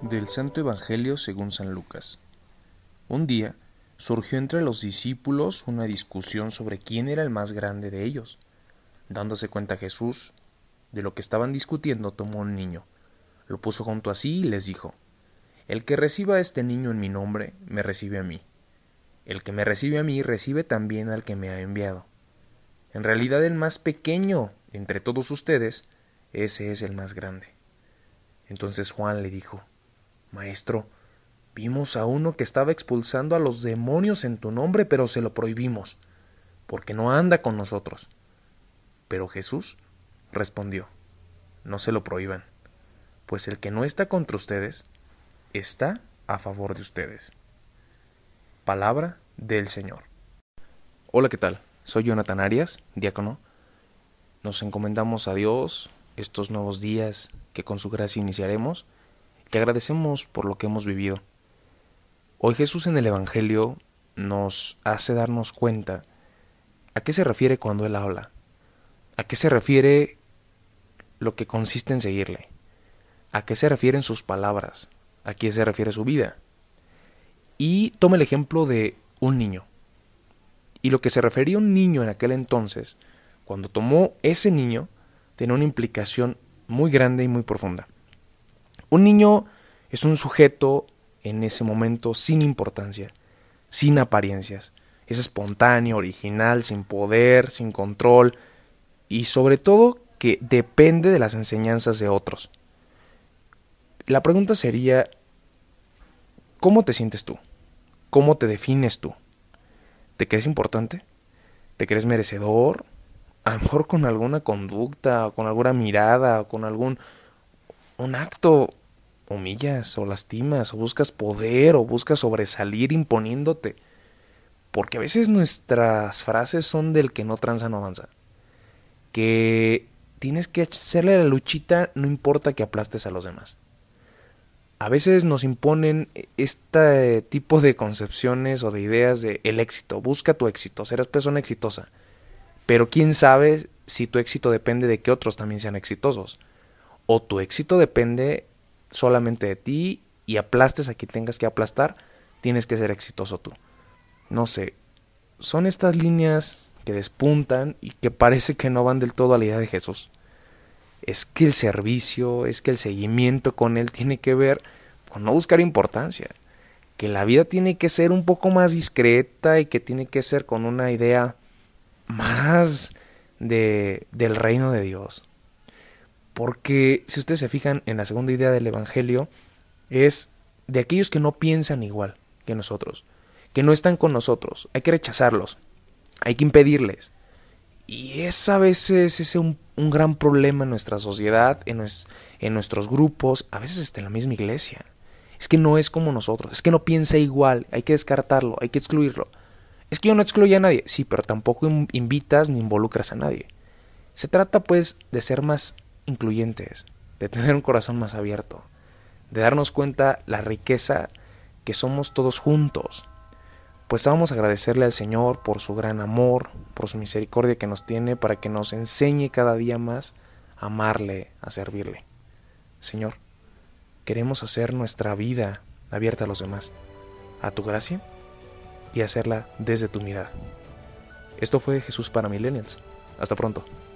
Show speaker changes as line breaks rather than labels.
Del Santo Evangelio según San Lucas. Un día surgió entre los discípulos una discusión sobre quién era el más grande de ellos. Dándose cuenta Jesús de lo que estaban discutiendo, tomó un niño, lo puso junto a sí y les dijo: El que reciba a este niño en mi nombre, me recibe a mí. El que me recibe a mí, recibe también al que me ha enviado. En realidad el más pequeño entre todos ustedes, ese es el más grande. Entonces Juan le dijo: Maestro, vimos a uno que estaba expulsando a los demonios en tu nombre, pero se lo prohibimos, porque no anda con nosotros. Pero Jesús respondió: No se lo prohíban, pues el que no está contra ustedes, está a favor de ustedes. Palabra del Señor. Hola, ¿qué tal? Soy Jonathan Arias, diácono. Nos encomendamos a Dios estos nuevos días que con su gracia iniciaremos. Te agradecemos por lo que hemos vivido. Hoy Jesús en el Evangelio nos hace darnos cuenta a qué se refiere cuando Él habla, a qué se refiere lo que consiste en seguirle, a qué se refieren sus palabras, a qué se refiere su vida. Y toma el ejemplo de un niño. Y lo que se refería a un niño en aquel entonces, cuando tomó ese niño, tenía una implicación muy grande y muy profunda. Un niño es un sujeto en ese momento sin importancia, sin apariencias. Es espontáneo, original, sin poder, sin control y sobre todo que depende de las enseñanzas de otros. La pregunta sería: ¿cómo te sientes tú? ¿Cómo te defines tú? ¿Te crees importante? ¿Te crees merecedor? A lo mejor con alguna conducta, o con alguna mirada, o con algún acto humillas o lastimas, o buscas poder, o buscas sobresalir imponiéndote. Porque a veces nuestras frases son del que no tranza no avanza. Que tienes que hacerle la luchita, no importa que aplastes a los demás. A veces nos imponen este tipo de concepciones o de ideas de el éxito. Busca tu éxito, serás persona exitosa. Pero quién sabe si tu éxito depende de que otros también sean exitosos. O tu éxito depende solamente de ti y aplastes a quien tengas que aplastar, tienes que ser exitoso tú. No sé, son estas líneas que despuntan y que parece que no van del todo a la idea de Jesús. Es que el servicio, es que el seguimiento con Él tiene que ver con no buscar importancia, que la vida tiene que ser un poco más discreta y que tiene que ser con una idea más del reino de Dios. Porque si ustedes se fijan en la segunda idea del Evangelio, es de aquellos que no piensan igual que nosotros, que no están con nosotros. Hay que rechazarlos, hay que impedirles. Y es a veces ese un gran problema en nuestra sociedad, en nuestros grupos, a veces hasta en la misma iglesia. Es que no es como nosotros, es que no piensa igual, hay que descartarlo, hay que excluirlo. Es que yo no excluyo a nadie, sí, pero tampoco invitas ni involucras a nadie. Se trata pues de ser más incluyentes, de tener un corazón más abierto, de darnos cuenta la riqueza que somos todos juntos. Pues vamos a agradecerle al Señor por su gran amor, por su misericordia que nos tiene, para que nos enseñe cada día más a amarle, a servirle. Señor, queremos hacer nuestra vida abierta a los demás, a tu gracia y hacerla desde tu mirada. Esto fue Jesús para Millennials. Hasta pronto.